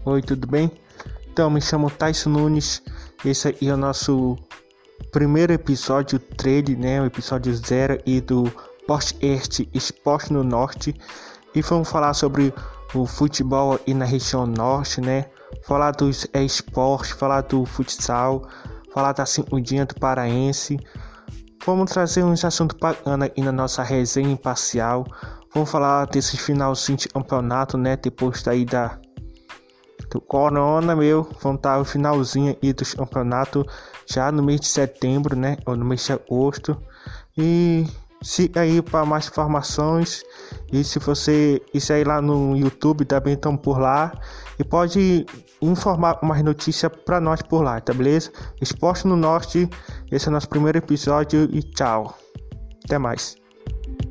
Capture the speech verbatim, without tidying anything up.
Oi, tudo bem? Então, me chamo Tyson Nunes. Esse aí é o nosso primeiro episódio trade, né? O episódio zero e do podcast Esporte no Norte. E vamos falar sobre o futebol aí na região norte, né? Falar dos esportes, falar do futsal, falar da Cinquindinha do Paraense. Vamos trazer uns assuntos bacanas aí na nossa resenha imparcial. Vamos falar desse finalzinho de campeonato, né? Depois daí da do corona, meu. Vamos estar no finalzinho aí do campeonato já no mês de setembro, né? Ou no mês de agosto. E siga aí para mais informações. E se você isso aí lá no YouTube também estão por lá. E pode informar mais notícias para nós por lá, tá beleza? Esporte no Norte. Esse é o nosso primeiro episódio e tchau. Até mais.